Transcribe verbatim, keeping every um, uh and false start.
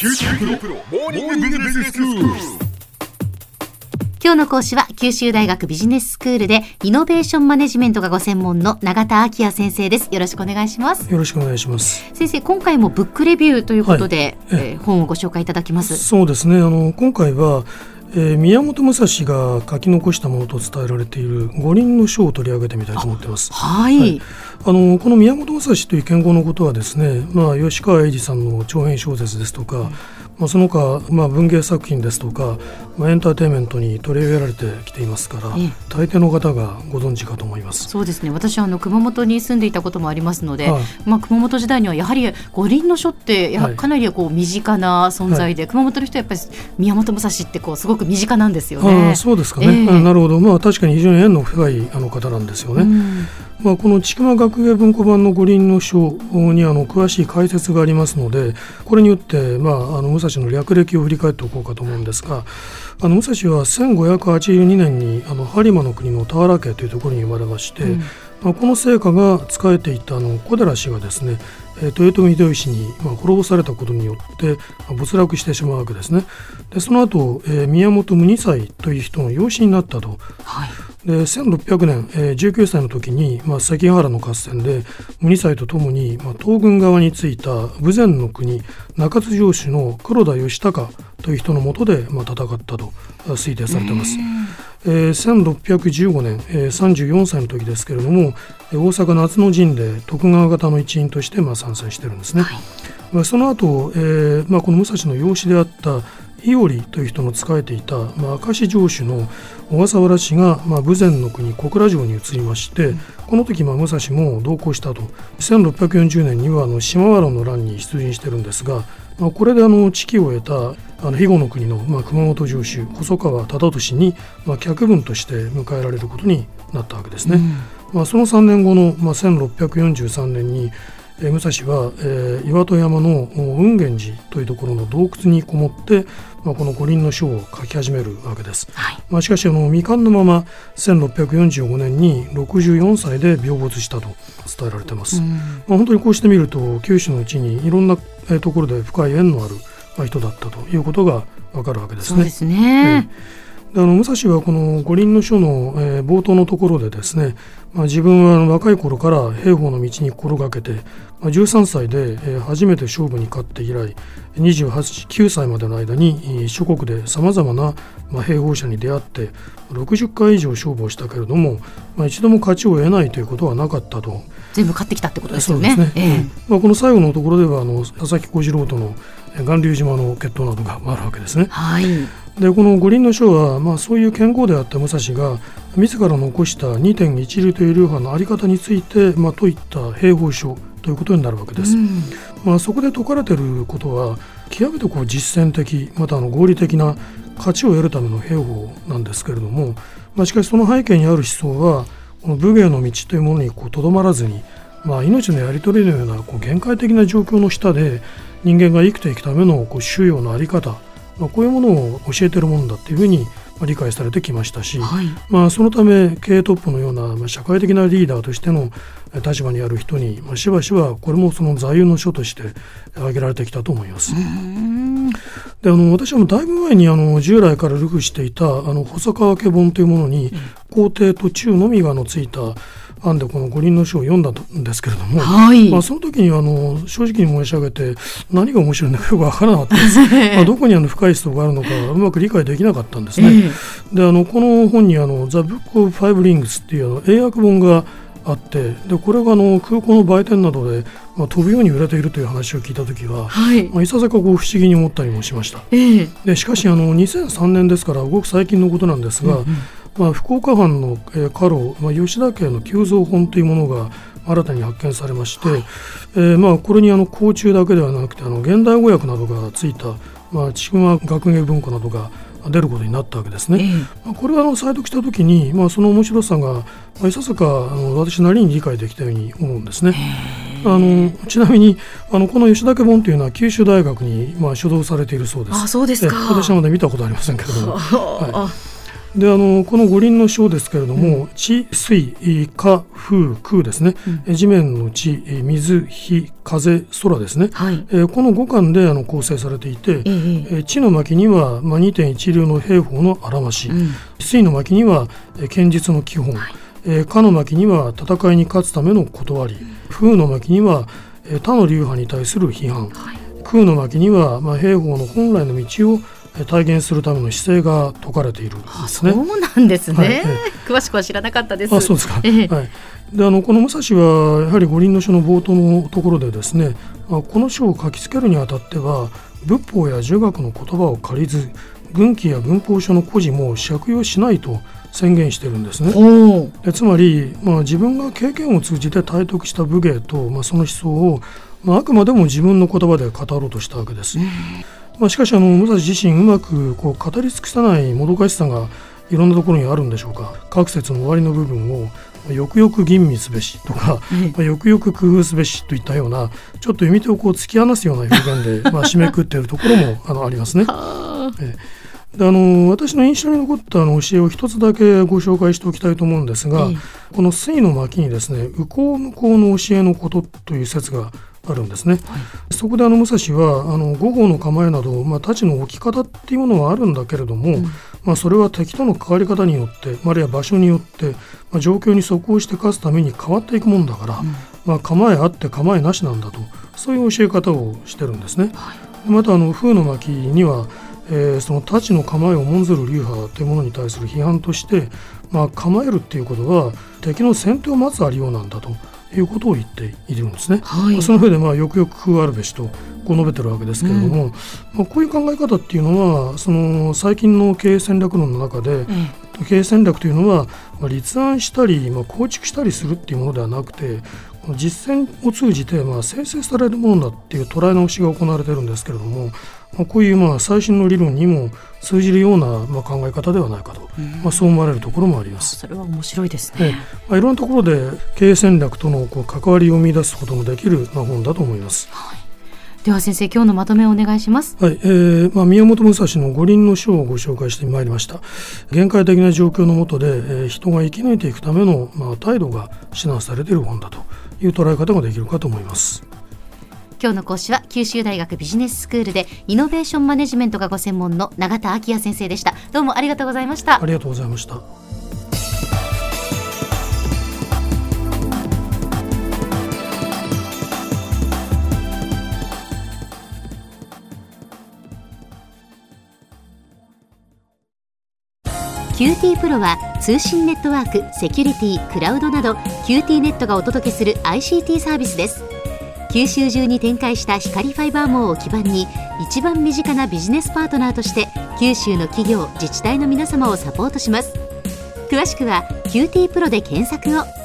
九州大学モーニングビジネススクール。 今日の講師は九州大学ビジネススクールでイノベーションマネジメントがご専門の永田昭也先生です。よろしくお願いします。 よろしくお願いします。 先生、今回もブックレビューということで、 はいえー、本をご紹介いただきます。 そうですね、あの今回は、えー、宮本武蔵が書き残したものと伝えられている五輪の書を取り上げてみたいと思っています。 はい、はい、 あのこの宮本武蔵という剣豪のことはですね、まあ、吉川英治さんの長編小説ですとか、うんまあ、その他、まあ、文芸作品ですとか、まあ、エンターテインメントに取り上げられてきていますから、ええ、大抵の方がご存知かと思います。 そうですね、私はあの熊本に住んでいたこともありますので、 はいまあ、熊本時代にはやはり五輪の書ってやはりかなりこう身近な存在で、はい、熊本の人はやっぱり宮本武蔵ってこうすごく身近なんですよね。 あそうですかね、 えー、 なるほど、まあ、確かに非常に縁の深いあの方なんですよね。うんまあ、この千曲学芸文庫版の五輪の書にあの詳しい解説がありますので、これによって、まあ、あの武蔵の略歴を振り返っておこうかと思うんですが、あの武蔵はせんごひゃくはちじゅうにねんにあの播磨の国の田原家というところに生まれまして、うんまあ、この成果が仕えていたあの小寺氏がですね、豊臣秀吉にまあ滅ぼされたことによって没落してしまうわけですね。でその後、えー、宮本無二歳という人の養子になったと。 はいでせんろっぴゃくねん、えー、じゅうきゅうさいの時に、まあ、関ヶ原の合戦で無二歳とともに、まあ、東軍側についた豊前の国中津城主の黒田義孝という人の下で、まあ、戦ったと推定されています。えー、せんろっぴゃくじゅうごねん、えー、さんじゅうよんさいの時ですけれども、大阪夏の陣で徳川方の一員として、まあ、参戦しているんですね。はいまあ、その後、えーまあ、この武蔵の養子であった伊織という人の仕えていた、まあ、明石城主の小笠原氏が、まあ、豊前の国小倉城に移りまして、うん、この時、まあ、武蔵も同行したと。せんろっぴゃくよんじゅうねんにはあの島原の乱に出陣しているんですが、まあ、これであの知己を得たあの肥後の国の、まあ、熊本城主細川忠俊に、まあ、客分として迎えられることになったわけですね。うんまあ、そのさんねんごの、まあ、せんろっぴゃくよんじゅうさんねんにえー、武蔵は、えー、岩戸山の雲源寺というところの洞窟にこもって、まあ、この五輪の書を書き始めるわけです。 はいまあ、しかしあの未完のまませんろっぴゃくよんじゅうごねんにろくじゅうよんさいで病没したと伝えられています。うんまあ、本当にこうしてみると九州のうちにいろんな、えー、ところで深い縁のある、まあ、人だったということがわかるわけですね。 そうですね、 えーであの武蔵はこの五輪の書の、えー、冒頭のところでですね、まあ、自分は若い頃から兵法の道に心がけて、まあ、じゅうさんさいで、えー、初めて勝負に勝って以来にじゅうはち、きゅうさいまでの間に諸国でさまざまな、まあ、兵法者に出会ってろくじゅっかい以上勝負をしたけれども、まあ、一度も勝ちを得ないということはなかったと。 全部勝ってきたってことですよね。 そうですね、 えーうんまあ、この最後のところではあの佐々木小次郎との巌流島の決闘などがあるわけですね。 はいでこの五輪の書は、まあ、そういう健康であった武蔵が自ら残した にてんいち 流という流派の在り方について、まあ、説いた兵法書ということになるわけです。うんまあ、そこで説かれていることは極めてこう実践的またあの合理的な勝ちを得るための兵法なんですけれども、まあ、しかしその背景にある思想はこの武芸の道というものにとどまらずに、まあ、命のやり取りのようなこう限界的な状況の下で人間が生きていくためのこう修養の在り方、まあ、こういうものを教えているものだというふうに理解されてきましたし、 はいまあ、そのため経営トップのような、まあ、社会的なリーダーとしての立場にある人に、まあ、しばしばこれもその座右の書として挙げられてきたと思います。 うんであの私はもうだいぶ前にあの従来から流布していたあの細川家本というものに皇帝と中のみがのついた案でこの五輪の書を読んだんですけれども、 はいまあ、その時にあの正直に申し上げて何が面白いのかよく分からなかったですまあどこにあの深い思想があるのかうまく理解できなかったんですね。えー、であのこの本にあの The Book of Five Rings っていうあの英訳本があってでこれがあの空港の売店などで、まあ、飛ぶように売れているという話を聞いたときは、 はいまあ、いささかこう不思議に思ったりもしました。 えー、 でしかしあのにせんさんねんですからごく最近のことなんですが、うんうんまあ、福岡藩の、えー、家老、まあ、吉田家の急増本というものが新たに発見されまして、はいえーまあ、これにあの甲冑だけではなくてあの現代語訳などがついた、まあ、千曲学芸文庫などが出ることになったわけですね。えーまあ、これはあの再読したときに、まあ、その面白さが、まあ、いささかあの私なりに理解できたように思うんですね。あのちなみにあのこの吉田家本というのは九州大学に、まあ、所蔵されているそうです。 あ、そうですか。 私はまだ見たことありませんけれども、はいであのこの五輪の章ですけれども、うん、地水火風空ですね、うん、地面の地水火風空ですね、はい、えー、この五巻であの構成されていて、えー、地の巻には、まあ、にてんいち 流の兵法のあらまし、うん、水の巻には剣術の基本、はい、えー、火の巻には戦いに勝つための断り、うん、風の巻には他の流派に対する批判、はい、空の巻には、まあ、兵法の本来の道を体現するための姿勢が説かれているんですね。 あ、そうなんですね、はい、えー、詳しくは知らなかったです。 あ、そうですか、えーはい、であのこの武蔵はやはり五輪の書の冒頭のところでですね、まあ、この書を書きつけるにあたっては仏法や儒学の言葉を借りず軍記や軍法書の故事も借用しないと宣言しているんですね。でつまり、まあ、自分が経験を通じて体得した武芸と、まあ、その思想を、まあ、あくまでも自分の言葉で語ろうとしたわけです。まあ、しかしあの武蔵自身うまくこう語り尽くさないもどかしさがいろんなところにあるんでしょうか。各節の終わりの部分をよくよく吟味すべしとか、まあ、よくよく工夫すべしといったようなちょっと読み手をこう突き放すような表現で、まあ、締めくっているところもあのありますね。えであの私の印象に残ったあの教えを一つだけご紹介しておきたいと思うんですが、この水の巻にですね、右向向こうの教えのことという説があるんですね。はい、そこであの武蔵はあの五方の構えなど、まあ、太刀の置き方っていうものはあるんだけれども、うん、まあ、それは敵との関わり方によって、あるいは場所によって、まあ、状況に即応して勝つために変わっていくものだから、うん、まあ、構えあって構えなしなんだと、そういう教え方をしてるんですね。はい、またあの風の巻には、えー、その太刀の構えを重んずる流派というものに対する批判として、まあ、構えるっていうことは敵の先手を待つありようなんだということを言っているんですね。はい、その上でまあよくよく工夫あるべしとこう述べてるわけですけれども、うん、まあ、こういう考え方っていうのはその最近の経営戦略論の中で、うん、経営戦略というのは、まあ、立案したり、まあ、構築したりするっていうものではなくて、実践を通じてまあ生成されるものだっていう捉え直しが行われているんですけれども、まあ、こういうまあ最新の理論にも通じるようなまあ考え方ではないかと、まあ、そう思われるところもあります。 それは面白いですね。 まあ、いろんなところで経営戦略とのこう関わりを見出すことのできるまあ本だと思います。 はい、では先生、今日のまとめをお願いします。 はい、えーまあ、宮本武蔵の五輪の書をご紹介してまいりました。限界的な状況の下で、えー、人が生き抜いていくための、まあ、態度が指南されている本だという捉え方ができるかと思います。 今日の講師は九州大学ビジネススクールでイノベーションマネジメントがご専門の永田昭也先生でした。どうもありがとうございました。 ありがとうございました。 キューティー プロは通信ネットワーク、セキュリティ、クラウドなど キューティー ネットがお届けする アイシーティー サービスです。九州中に展開した光ファイバー網を基盤に一番身近なビジネスパートナーとして九州の企業、自治体の皆様をサポートします。詳しくは キューティー プロで検索を。